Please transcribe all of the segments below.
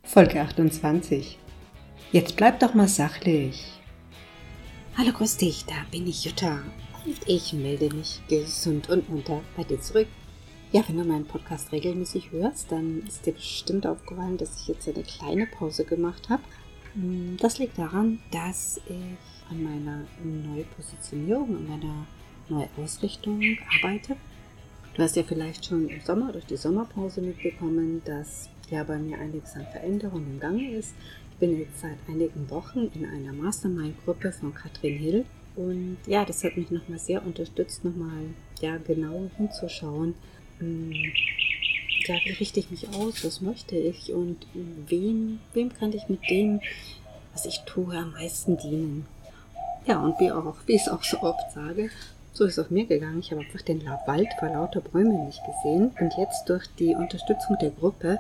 Folge 28. Jetzt bleib doch mal sachlich. Hallo, grüß dich, da bin ich Jutta und ich melde mich gesund und munter bei dir zurück. Ja, wenn du meinen Podcast regelmäßig hörst, dann ist dir bestimmt aufgefallen, dass ich jetzt eine kleine Pause gemacht habe. Das liegt daran, dass ich an meiner Neupositionierung, an meiner Neuausrichtung arbeite. Du hast ja vielleicht schon im Sommer durch die Sommerpause mitbekommen, dass ja bei mir einiges an Veränderungen im Gange ist. Ich bin jetzt seit einigen Wochen in einer Mastermind-Gruppe von Katrin Hill und ja, das hat mich nochmal sehr unterstützt, nochmal genau hinzuschauen, wie richte ich mich aus, was möchte ich und wem kann ich mit dem, was ich tue, am meisten dienen. Ja, und wie ich es auch so oft sage, so ist es auf mir gegangen. Ich habe einfach den Wald vor lauter Bäumen nicht gesehen. Und jetzt durch die Unterstützung der Gruppe,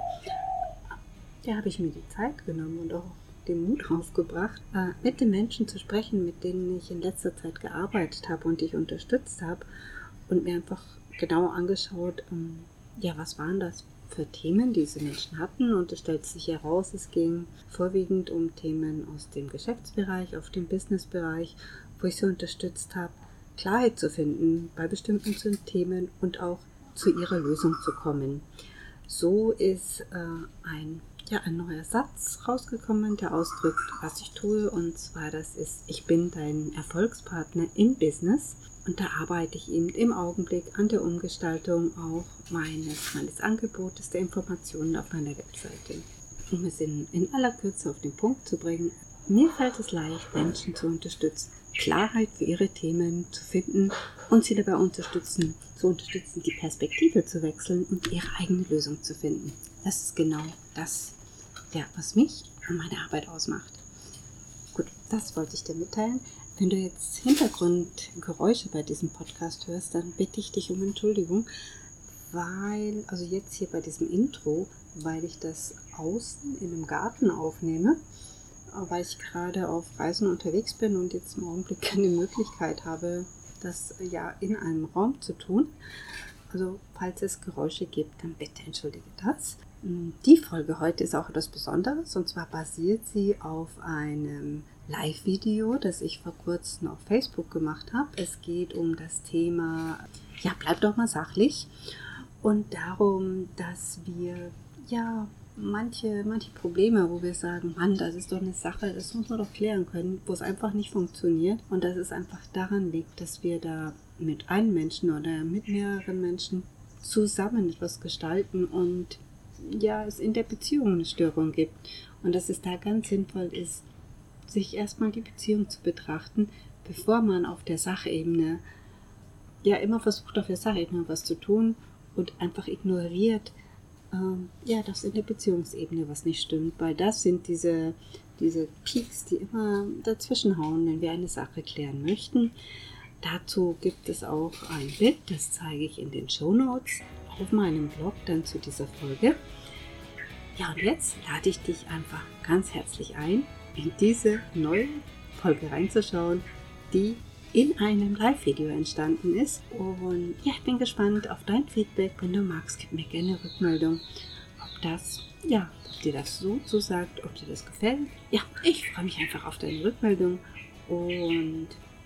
habe ich mir die Zeit genommen und auch den Mut aufgebracht, mit den Menschen zu sprechen, mit denen ich in letzter Zeit gearbeitet habe und die ich unterstützt habe. Und mir einfach genau angeschaut, was waren das für Themen diese Menschen hatten. Und es stellt sich heraus, es ging vorwiegend um Themen aus dem Geschäftsbereich, auf dem Businessbereich, wo ich sie unterstützt habe, Klarheit zu finden bei bestimmten Themen und auch zu ihrer Lösung zu kommen. So ist ein neuer Satz rausgekommen, der ausdrückt, was ich tue, und zwar das ist: Ich bin dein Erfolgspartner im Business. Und da arbeite ich eben im Augenblick an der Umgestaltung auch meines Angebotes, der Informationen auf meiner Webseite. Um es in aller Kürze auf den Punkt zu bringen: Mir fällt es leicht, Menschen zu unterstützen, Klarheit für ihre Themen zu finden und sie dabei zu unterstützen, die Perspektive zu wechseln und ihre eigene Lösung zu finden. Das ist genau das, was mich und meine Arbeit ausmacht. Gut, das wollte ich dir mitteilen. Wenn du jetzt Hintergrundgeräusche bei diesem Podcast hörst, dann bitte ich dich um Entschuldigung, also jetzt hier bei diesem Intro, weil ich das außen in einem Garten aufnehme, weil ich gerade auf Reisen unterwegs bin und jetzt im Augenblick keine Möglichkeit habe, das in einem Raum zu tun. Also falls es Geräusche gibt, dann bitte entschuldige das. Die Folge heute ist auch etwas Besonderes, und zwar basiert sie auf einem Live-Video, das ich vor kurzem auf Facebook gemacht habe. Es geht um das Thema, bleib doch mal sachlich, und darum, dass wir manche Probleme, wo wir sagen, Mann, das ist doch eine Sache, das muss man doch klären können, wo es einfach nicht funktioniert, und dass es einfach daran liegt, dass wir da mit einem Menschen oder mit mehreren Menschen zusammen etwas gestalten und es in der Beziehung eine Störung gibt, und dass es da ganz sinnvoll ist, sich erstmal die Beziehung zu betrachten, bevor man auf der Sachebene immer versucht, auf der Sachebene was zu tun und einfach ignoriert, dass in der Beziehungsebene was nicht stimmt, weil das sind diese Peaks, die immer dazwischenhauen, wenn wir eine Sache klären möchten. Dazu gibt es auch ein Bild, das zeige ich in den Shownotes auf meinem Blog dann zu dieser Folge. Ja, und jetzt lade ich dich einfach ganz herzlich ein, in diese neue Folge reinzuschauen, die in einem Live-Video entstanden ist. Und ich bin gespannt auf dein Feedback. Wenn du magst, gib mir gerne Rückmeldung, ob dir das so zusagt, ob dir das gefällt. Ja, ich freue mich einfach auf deine Rückmeldung, und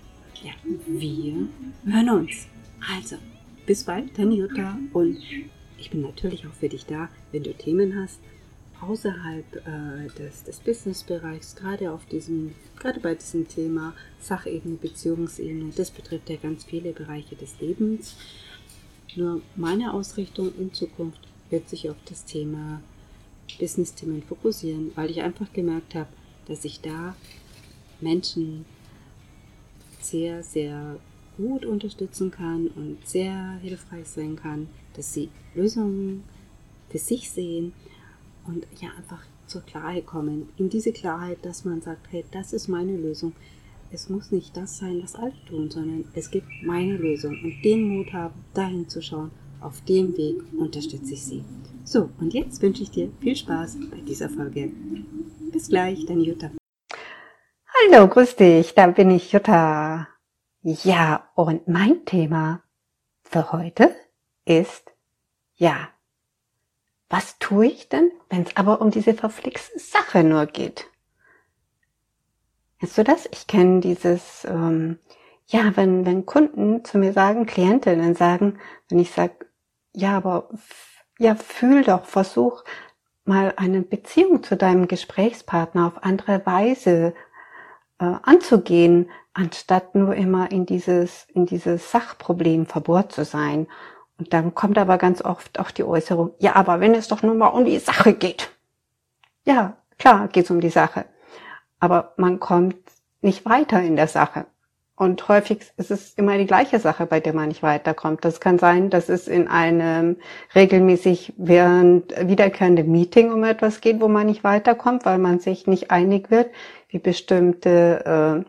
wir hören uns. Also, bis bald, deine Jutta, und ich bin natürlich auch für dich da, wenn du Themen hast außerhalb des Businessbereichs, gerade bei diesem Thema Sachebene, Beziehungsebene. Das betrifft ja ganz viele Bereiche des Lebens. Nur meine Ausrichtung in Zukunft wird sich auf das Thema Business-Themen fokussieren, weil ich einfach gemerkt habe, dass ich da Menschen sehr, sehr gut unterstützen kann und sehr hilfreich sein kann, dass sie Lösungen für sich sehen und einfach zur Klarheit kommen. In diese Klarheit, dass man sagt, hey, das ist meine Lösung. Es muss nicht das sein, was alle tun, sondern es gibt meine Lösung, und den Mut haben, dahin zu schauen. Auf dem Weg unterstütze ich sie. So, und jetzt wünsche ich dir viel Spaß bei dieser Folge. Bis gleich, deine Jutta. Hallo, grüß dich, da bin ich Jutta. Ja, und mein Thema für heute ist, was tue ich denn, wenn es aber um diese verflixte Sache nur geht? Kennst du das? Ich kenne dieses, wenn Kunden zu mir sagen, Klientinnen sagen, wenn ich sage, ja, aber fühl doch, versuch mal eine Beziehung zu deinem Gesprächspartner auf andere Weise anzugehen, anstatt nur immer in dieses Sachproblem verbohrt zu sein. Und dann kommt aber ganz oft auch die Äußerung, ja, aber wenn es doch nur mal um die Sache geht. Ja, klar geht es um die Sache. Aber man kommt nicht weiter in der Sache. Und häufig ist es immer die gleiche Sache, bei der man nicht weiterkommt. Das kann sein, dass es in einem regelmäßig wiederkehrenden Meeting um etwas geht, wo man nicht weiterkommt, weil man sich nicht einig wird, wie bestimmte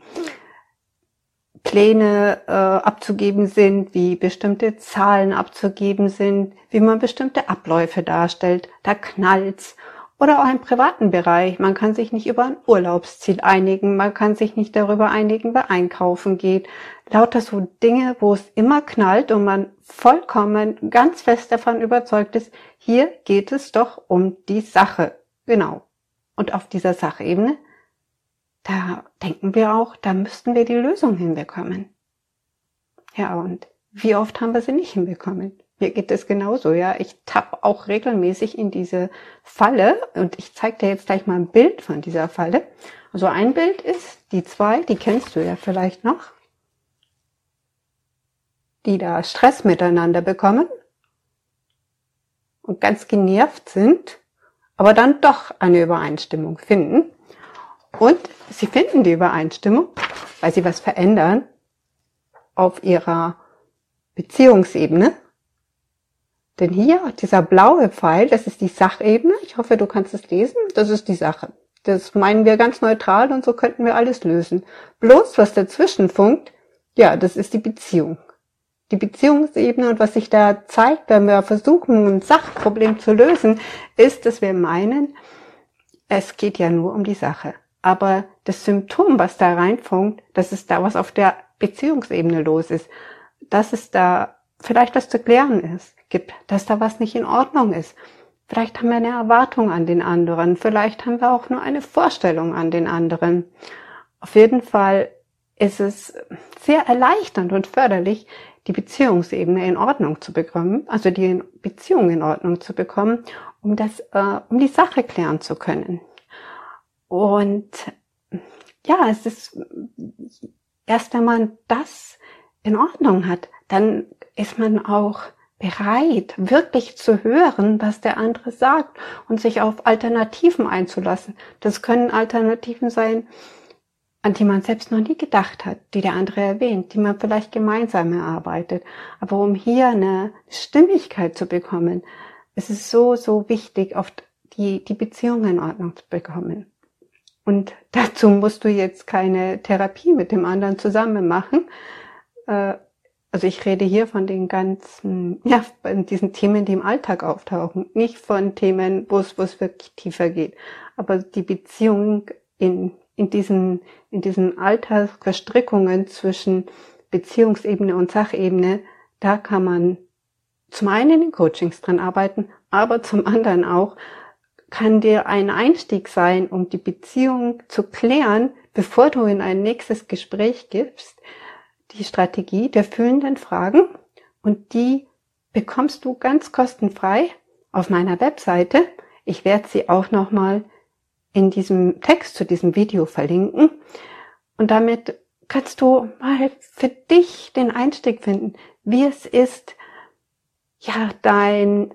Pläne abzugeben sind, wie bestimmte Zahlen abzugeben sind, wie man bestimmte Abläufe darstellt. Da knallt's. Oder auch im privaten Bereich. Man kann sich nicht über ein Urlaubsziel einigen. Man kann sich nicht darüber einigen, wer einkaufen geht. Lauter so Dinge, wo es immer knallt und man vollkommen ganz fest davon überzeugt ist, hier geht es doch um die Sache. Genau. Und auf dieser Sachebene, da denken wir auch, da müssten wir die Lösung hinbekommen. Ja, und wie oft haben wir sie nicht hinbekommen? Mir geht es genauso, ja. Ich tappe auch regelmäßig in diese Falle und ich zeige dir jetzt gleich mal ein Bild von dieser Falle. Also ein Bild ist die zwei, die kennst du ja vielleicht noch, die da Stress miteinander bekommen und ganz genervt sind, aber dann doch eine Übereinstimmung finden. Und sie finden die Übereinstimmung, weil sie was verändern auf ihrer Beziehungsebene. Denn hier, dieser blaue Pfeil, das ist die Sachebene. Ich hoffe, du kannst es lesen. Das ist die Sache. Das meinen wir ganz neutral und so könnten wir alles lösen. Bloß, was dazwischen funkt, ja, das ist die Beziehung. Die Beziehungsebene und was sich da zeigt, wenn wir versuchen, ein Sachproblem zu lösen, ist, dass wir meinen, es geht ja nur um die Sache. Aber das Symptom, was da reinfunkt, das ist da, was auf der Beziehungsebene los ist. Dass es da vielleicht was zu klären gibt, dass da was nicht in Ordnung ist. Vielleicht haben wir eine Erwartung an den anderen, vielleicht haben wir auch nur eine Vorstellung an den anderen. Auf jeden Fall ist es sehr erleichternd und förderlich, die Beziehungsebene in Ordnung zu bekommen, also die Beziehung in Ordnung zu bekommen, um die Sache klären zu können. Und ja, es ist erst, wenn man das in Ordnung hat, dann ist man auch bereit, wirklich zu hören, was der andere sagt und sich auf Alternativen einzulassen. Das können Alternativen sein, an die man selbst noch nie gedacht hat, die der andere erwähnt, die man vielleicht gemeinsam erarbeitet. Aber um hier eine Stimmigkeit zu bekommen, ist es so, so wichtig, oft die Beziehung in Ordnung zu bekommen. Und dazu musst du jetzt keine Therapie mit dem anderen zusammen machen. Also ich rede hier von den ganzen, diesen Themen, die im Alltag auftauchen, nicht von Themen, wo es wirklich tiefer geht. Aber die Beziehung in diesen Alltagsverstrickungen zwischen Beziehungsebene und Sachebene, da kann man zum einen in Coachings dran arbeiten, aber zum anderen auch kann dir ein Einstieg sein, um die Beziehung zu klären, bevor du in ein nächstes Gespräch gibst, die Strategie der fühlenden Fragen, und die bekommst du ganz kostenfrei auf meiner Webseite. Ich werde sie auch nochmal in diesem Text zu diesem Video verlinken, und damit kannst du mal für dich den Einstieg finden, wie es ist, ja, dein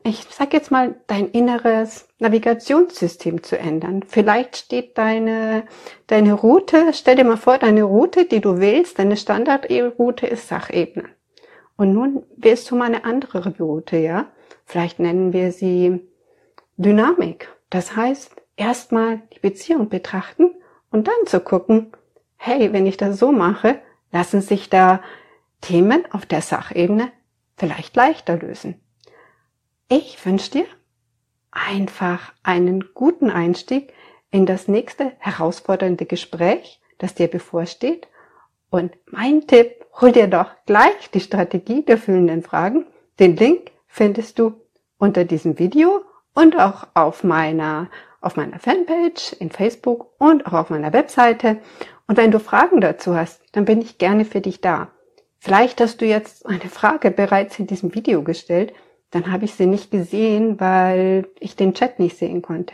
inneres Navigationssystem zu ändern. Vielleicht steht deine Route, stell dir mal vor, deine Route, die du wählst, deine Standardroute ist Sachebene. Und nun wählst du mal eine andere Route, ja? Vielleicht nennen wir sie Dynamik. Das heißt, erstmal die Beziehung betrachten und dann zu gucken, hey, wenn ich das so mache, lassen sich da Themen auf der Sachebene vielleicht leichter lösen. Ich wünsche dir einfach einen guten Einstieg in das nächste herausfordernde Gespräch, das dir bevorsteht. Und mein Tipp, hol dir doch gleich die Strategie der fühlenden Fragen. Den Link findest du unter diesem Video und auch auf meiner Fanpage in Facebook und auch auf meiner Webseite. Und wenn du Fragen dazu hast, dann bin ich gerne für dich da. Vielleicht hast du jetzt eine Frage bereits in diesem Video gestellt, dann habe ich sie nicht gesehen, weil ich den Chat nicht sehen konnte.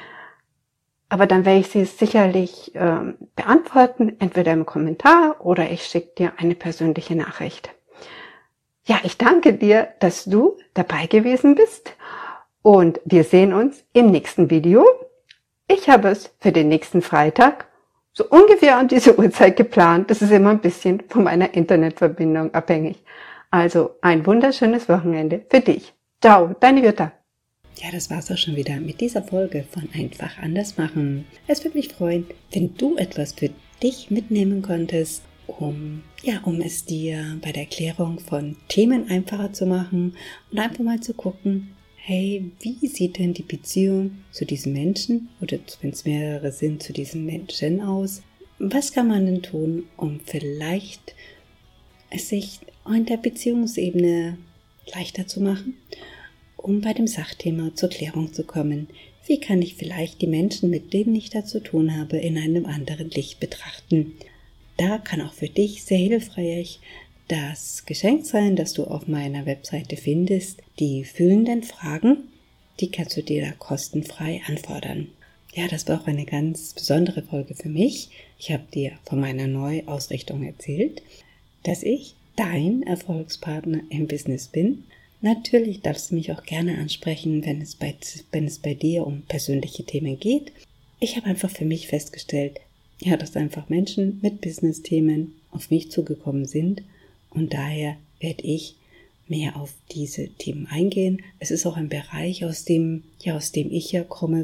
Aber dann werde ich sie sicherlich beantworten, entweder im Kommentar oder ich schicke dir eine persönliche Nachricht. Ja, ich danke dir, dass du dabei gewesen bist und wir sehen uns im nächsten Video. Ich habe es für den nächsten Freitag so ungefähr um diese Uhrzeit geplant. Das ist immer ein bisschen von meiner Internetverbindung abhängig. Also ein wunderschönes Wochenende für dich. Ciao, deine Jutta. Ja, das war's auch schon wieder mit dieser Folge von Einfach anders machen. Es würde mich freuen, wenn du etwas für dich mitnehmen konntest, um es dir bei der Erklärung von Themen einfacher zu machen und einfach mal zu gucken, hey, wie sieht denn die Beziehung zu diesem Menschen oder wenn es mehrere sind, zu diesem Menschen aus? Was kann man denn tun, um vielleicht es sich in der Beziehungsebene leichter zu machen, um bei dem Sachthema zur Klärung zu kommen? Wie kann ich vielleicht die Menschen, mit denen ich da zu tun habe, in einem anderen Licht betrachten? Da kann auch für dich sehr hilfreich das Geschenk sein, das du auf meiner Webseite findest. Die füllenden Fragen, die kannst du dir da kostenfrei anfordern. Ja, das war auch eine ganz besondere Folge für mich. Ich habe dir von meiner Neuausrichtung erzählt, dass ich dein Erfolgspartner im Business bin. Natürlich darfst du mich auch gerne ansprechen, wenn es bei dir um persönliche Themen geht. Ich habe einfach für mich festgestellt, ja, dass einfach Menschen mit Business-Themen auf mich zugekommen sind und daher werde ich mehr auf diese Themen eingehen. Es ist auch ein Bereich, aus dem ich ja komme,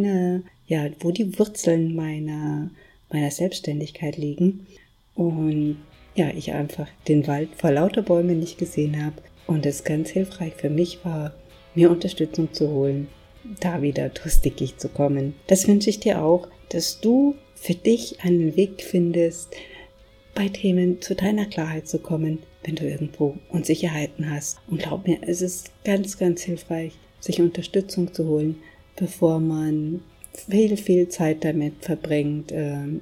wo die Wurzeln meiner Selbstständigkeit liegen und ja, ich einfach den Wald vor lauter Bäumen nicht gesehen habe und es ganz hilfreich für mich war, mir Unterstützung zu holen, da wieder durchs Dickicht zu kommen. Das wünsche ich dir auch, dass du für dich einen Weg findest, bei Themen zu deiner Klarheit zu kommen, wenn du irgendwo Unsicherheiten hast. Und glaub mir, es ist ganz, ganz hilfreich, sich Unterstützung zu holen, bevor man viel Zeit damit verbringt,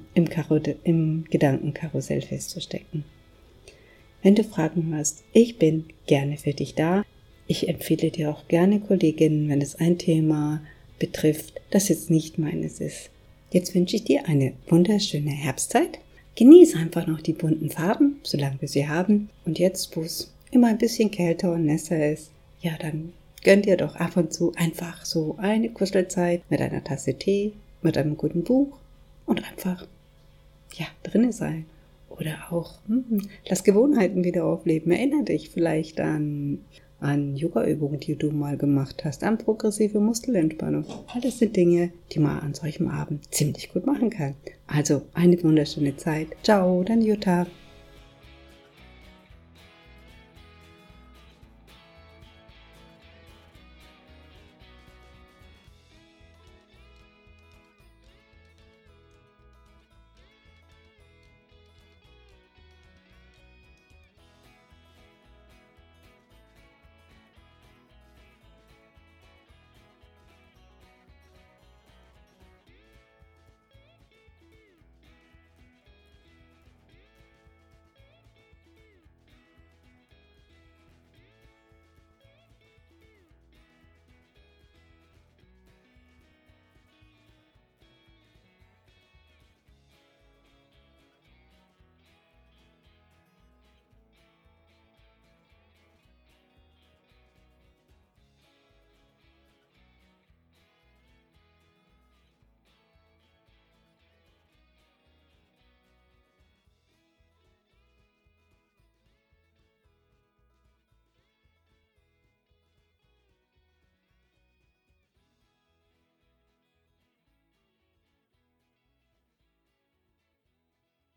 im Gedankenkarussell festzustecken. Wenn du Fragen hast, ich bin gerne für dich da. Ich empfehle dir auch gerne Kolleginnen, wenn es ein Thema betrifft, das jetzt nicht meines ist. Jetzt wünsche ich dir eine wunderschöne Herbstzeit. Genieße einfach noch die bunten Farben, solange wir sie haben. Und jetzt, wo es immer ein bisschen kälter und nässer ist, ja, dann gönn dir doch ab und zu einfach so eine Kuschelzeit mit einer Tasse Tee, mit einem guten Buch und einfach, drinnen sein. Oder auch, lass Gewohnheiten wieder aufleben. Erinnere dich vielleicht an Yoga-Übungen, die du mal gemacht hast, an progressive Muskelentspannung. Alles sind Dinge, die man an solchem Abend ziemlich gut machen kann. Also eine wunderschöne Zeit. Ciao, dein Jutta.